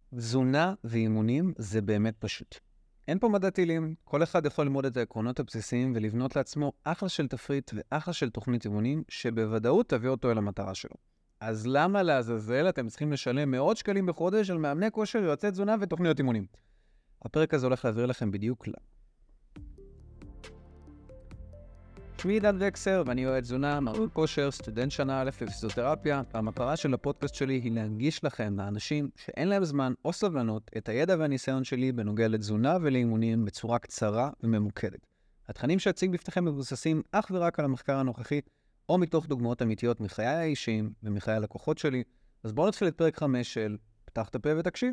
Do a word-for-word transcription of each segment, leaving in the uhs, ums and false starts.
תזונה ואימונים זה באמת פשוט. אין פה מדע טילים, כל אחד יכול ללמוד את העקרונות הבסיסיים ולבנות לעצמו אחלה של תפריט ואחלה של תוכנית אימונים שבוודאות תביא אותו אל המטרה שלו. אז למה לעזאזל אתם צריכים לשלם מאות שקלים בחודש על מאמני כושר, יועצי תזונה ותוכניות אימונים? הפרק הזה הולך להעביר לכם בדיוק ל... שמי עידן וקסר ואני יועץ תזונה, מאמן כושר, סטודנט שנה א' לפיזיותרפיה. המטרה של הפודקאסט שלי היא להנגיש לכם, לאנשים שאין להם זמן או סבלנות, את הידע והניסיון שלי בנוגע לתזונה ולאימונים בצורה קצרה וממוקדת. התכנים שאציג בפניכם מבוססים אך ורק על המחקר הנוכחי, או מתוך דוגמאות אמיתיות מחיי האישיים ומחיי הלקוחות שלי. אז בואו נתחיל את פרק חמש של פתח את הפה ותקשיב.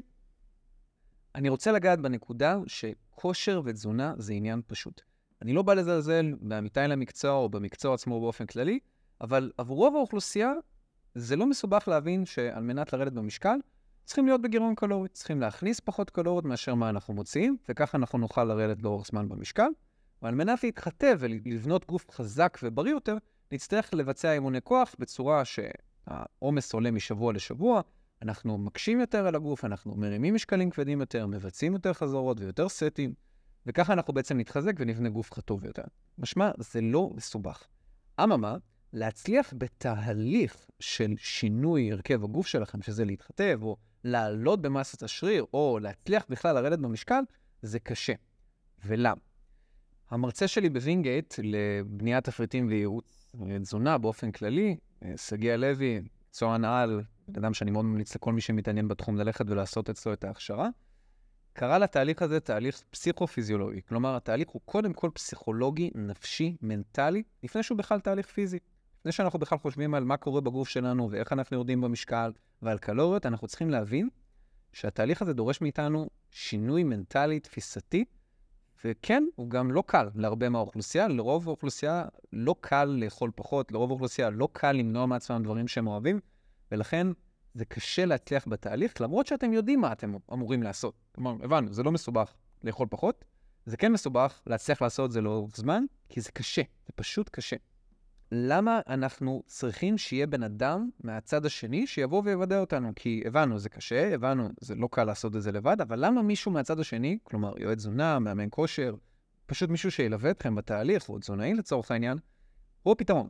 אני רוצה לגעת בנקודה שכושר ותזונה זה עניין פשוט. אני לא בא לזלזל בעמיתיי למקצוע או במקצוע עצמו באופן כללי, אבל עבור רוב האוכלוסייה זה לא מסובך להבין שעל מנת לרדת במשקל, צריכים להיות בגירעון קלורי, צריכים להכניס פחות קלוריות מאשר מה אנחנו מוציאים, וככה אנחנו נוכל לרדת לאורך זמן במשקל. ועל מנת להתחתב ולבנות גוף חזק ובריא יותר, נצטרך לבצע אימוני כוח בצורה שהעומס עולה משבוע לשבוע, אנחנו מקשים יותר על הגוף, אנחנו מרימים משקלים כבדים יותר, מבצעים יותר חזרות ויותר סטים, וככה אנחנו בעצם נתחזק ונבנה גוף טוב יותר. משמע, זה לא מסובך. אממה, להצליח בתהליך של שינוי הרכב הגוף שלכם, שזה להתחתב, או לעלות במסת השריר, או להצליח בכלל לרדת במשקל, זה קשה. ולמה? המרצה שלי בווינגייט לבניית תפריטים וייעוץ תזונה באופן כללי, סגי לוי, מקצוע נעל, בן אדם שאני מאוד ממליץ לכל מי שמתעניין בתחום ללכת ולעשות אצלו את ההכשרה, קרא לתהליך הזה תהליך פסיכו-פיזיולוגי. כלומר, התהליך הוא קודם כל פסיכולוגי, נפשי, מנטלי, לפני שהוא בכלל תהליך פיזי. לפני שאנחנו בכלל חושבים על מה קורה בגוף שלנו ואיך אנחנו יורדים במשקל ועל קלוריות, אנחנו צריכים להבין שהתהליך הזה דורש מאיתנו שינוי מנטלי, תפיסתי, וכן, הוא גם לא קל להרבה מהאוכלוסייה. לרוב האוכלוסייה לא קל לאכול פחות, לרוב האוכלוסייה לא קל למנוע מעצמם דברים שהם אוהבים, ולכן זה קשה להצליח בתהליך, למרות שאתם יודעים מה אתם אמורים לעשות. כלומר, הבנו, זה לא מסובך לאכול פחות, זה כן מסובך להצליח לעשות זה לאורך זמן, כי זה קשה, זה פשוט קשה. למה אנחנו צריכים שיהיה בן אדם מהצד השני שיבוא ויוודא אותנו? כי הבנו, זה קשה, הבנו, זה לא קל לעשות את זה לבד, אבל למה מישהו מהצד השני, כלומר, יועץ תזונה, מאמן כושר, פשוט מישהו שילווה אתכם בתהליך, או תזונאי לצורך העניין, הוא הפתרון.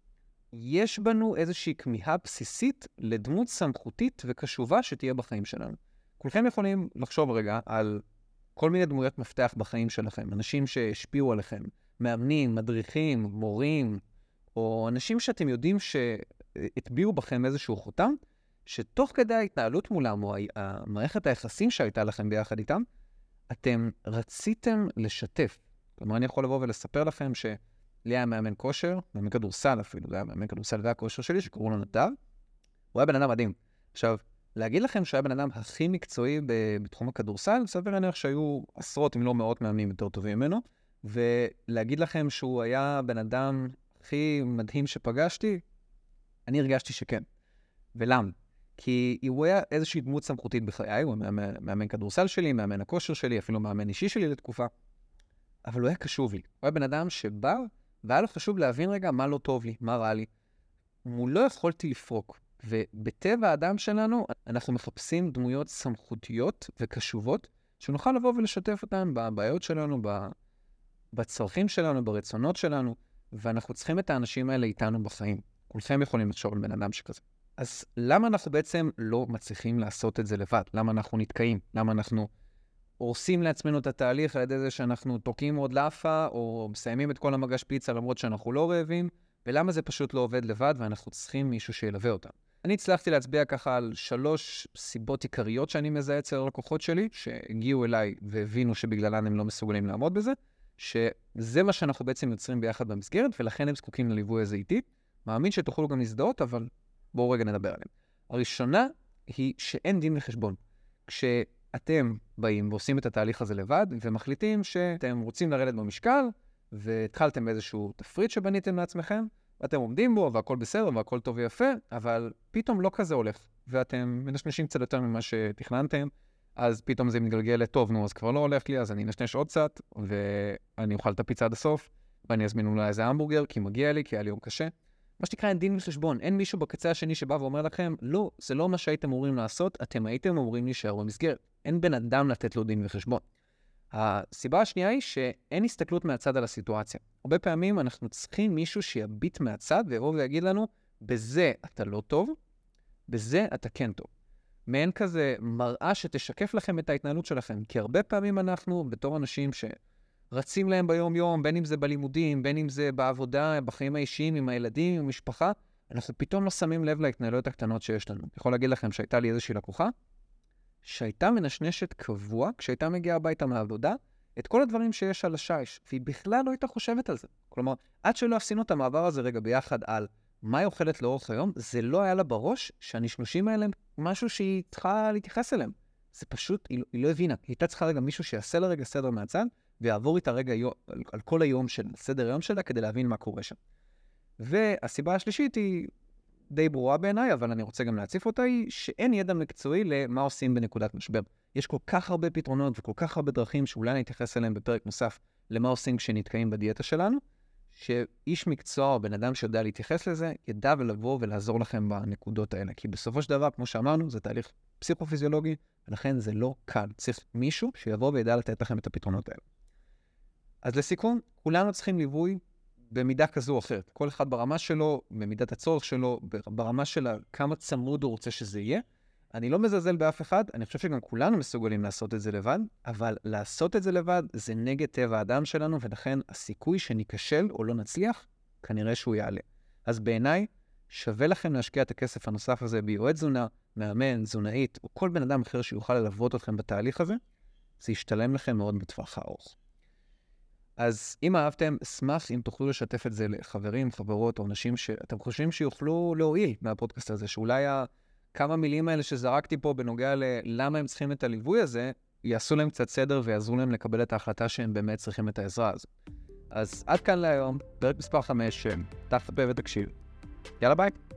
יש בנו איזושהי כמיהה בסיסית לדמות סמכותית וקשובה שתהיה בחיים שלנו. כולכם יכולים לחשוב רגע על כל מיני דמויות מפתח בחיים שלכם, אנשים שהשפיעו עליכם, מאמנים, מדריכים, מורים, או אנשים שאתם יודעים שהטביעו בכם איזשהו חותם, שתוך כדי ההתנהלות מולם, או המערכת היחסים שהייתה לכם ביחד איתם, אתם רציתם לשתף. כלומר, אני יכול לבוא ולספר לכם ש... לי היה מאמן כושר, מאמן כדורסל אפילו, זה היה מאמן כדורסל והכושר שלי, שקראו לו נדב. הוא היה בן אדם מדהים. עכשיו, להגיד לכם שהוא היה בן אדם הכי מקצועי בתחום הכדורסל, סביר להניח שהיו עשרות אם לא מאות מאמנים יותר טובים ממנו, ולהגיד לכם שהוא היה בן אדם הכי מדהים שפגשתי, אני הרגשתי שכן. ולמה? כי הוא היה איזושהי דמות סמכותית בחיי, הוא היה מאמן כדורסל שלי, מאמן הכושר שלי, אפילו מאמן אישי שלי לתקופה, אבל הוא היה קשוב לי. הוא היה בן אדם שבא, והיה לו חשוב להבין רגע מה לא טוב לי, מה רע לי. הוא לא יכולתי לפרוק. ובטבע האדם שלנו, אנחנו מחפשים דמויות סמכותיות וקשובות, שנוכל לבוא ולשתף אותן בבעיות שלנו, בצרכים שלנו, ברצונות שלנו, ואנחנו צריכים את האנשים האלה איתנו בחיים. כולכם יכולים לחשוב על בן אדם שכזה. אז למה אנחנו בעצם לא מצליחים לעשות את זה לבד? למה אנחנו נתקעים? למה אנחנו הורסים לעצמנו את התהליך על ידי זה שאנחנו תוקעים עוד לאפה, או מסיימים את כל המגש פיצה למרות שאנחנו לא רעבים, ולמה זה פשוט לא עובד לבד, ואנחנו צריכים מישהו שילווה אותם. אני הצלחתי להצביע ככה על שלוש סיבות עיקריות שאני מזהה אצל הלקוחות שלי, שהגיעו אליי והבינו שבגללן הם לא מסוגלים לעמוד בזה, שזה מה שאנחנו בעצם יוצרים ביחד במסגרת, ולכן הם זקוקים לליווי הזה איתי. מאמין שתוכלו גם להזדהות, אבל בואו רגע נדבר עליהם. הראשונה היא שאין דין וחשבון. כשאתם באים ועושים את התהליך הזה לבד, ומחליטים שאתם רוצים לרדת במשקל, והתחלתם באיזשהו תפריט שבניתם לעצמכם, ואתם עומדים בו, והכל בסדר, והכל טוב ויפה, אבל פתאום לא כזה הולך, ואתם מנשנשים קצת יותר ממה שתכננתם, אז פתאום זה מתגלגל לטוב, נו, אז כבר לא הולך לי, אז אני נשנש עוד קצת, ואני אוכל את הפיצה עד הסוף, ואני אזמין אולי איזה המבורגר, כי מגיע לי, כי היה לי יום קשה, מה שנקרא אין דין וחשבון. אין מישהו בקצה השני שבא ואומר לכם, לא, זה לא מה שהייתם אמורים לעשות, אתם הייתם אמורים להישאר במסגרת. אין בן אדם לתת לו דין וחשבון. הסיבה השנייה היא שאין הסתכלות מהצד על הסיטואציה. הרבה פעמים אנחנו צריכים מישהו שיביט מהצד ויבוא ויגיד לנו, בזה אתה לא טוב, בזה אתה כן טוב. מעין כזה מראה שתשקף לכם את ההתנהלות שלכם. כי הרבה פעמים אנחנו, בתור אנשים שרצים להם ביום יום, בין אם זה בלימודים, בין אם זה בעבודה, בחיים האישיים, עם הילדים, עם המשפחה, אנחנו פתאום לא שמים לב להתנהלויות הקטנות שיש לנו. אני יכול להגיד לכם שהייתה לי איזושהי לקוחה, שהייתה מנשנשת קבוע, כשהייתה מגיעה הביתה מהעבודה, את כל הדברים שיש על השיש, והיא בכלל לא הייתה חושבת על זה. כלומר, עד שלא עשינו את המעבר הזה רגע ביחד על מה היא אוכלת לאורך היום, זה לא היה לה בראש שהנשנושים האלה הם משהו שהיא צריכה להתייחס אליהם. זה פשוט, היא, היא לא הבינה. היא הייתה צריכה רגע מישהו שיעשה לה רגע סדר מהצד, ויעבור איתה רגע יום, על, על כל היום של סדר היום שלה, כדי להבין מה קורה שם. והסיבה השלישית היא די ברורה בעיניי, אבל אני רוצה גם להציף אותה, היא שאין ידע מקצועי למה עושים בנקודת משבר. יש כל כך הרבה פתרונות וכל כך הרבה דרכים שאולי אני אתייחס אליהם בפרק נוסף למה עושים כשנתקעים בדיאטה שלנו, שאיש מקצוע או בן אדם שיודע להתייחס לזה, ידע ולבוא ולעזור לכם בנקודות האלה. כי בסופו של דבר, כמו שאמרנו, זה תהליך פסיכופיזיולוגי, ולכן זה לא קל. צריך מישהו שיבוא וידע לתת לכם את הפתרונות האלה. אז לסיכום, כולנו צריכים ליווי במידה כזו או אחרת. כל אחד ברמה שלו, במידת הצורך שלו, ברמה שלה, כמה צמוד הוא רוצה שזה יהיה. אני לא מזלזל באף אחד, אני חושב שגם כולנו מסוגלים לעשות את זה לבד, אבל לעשות את זה לבד זה נגד טבע האדם שלנו, ולכן הסיכוי שניכשל או לא נצליח, כנראה שהוא יעלה. אז בעיניי, שווה לכם להשקיע את הכסף הנוסף הזה ביועץ תזונה, מאמן, תזונאית, או כל בן אדם אחר שיוכל ללוות אתכם בתהליך הזה, זה ישתלם לכם מאוד בטווח הארוך. אז אם אהבתם, אשמח אם תוכלו לשתף את זה לחברים, חברות או אנשים שאתם חושבים שיוכלו להועיל מהפודקאסט הזה, שאולי כמה מילים האלה שזרקתי פה בנוגע ללמה הם צריכים את הליווי הזה, יעשו להם קצת סדר ויעזרו להם לקבל את ההחלטה שהם באמת צריכים את העזרה הזו. אז עד כאן להיום, פרק מספר חמש, פתח את הפה ותקשיב. יאללה ביי.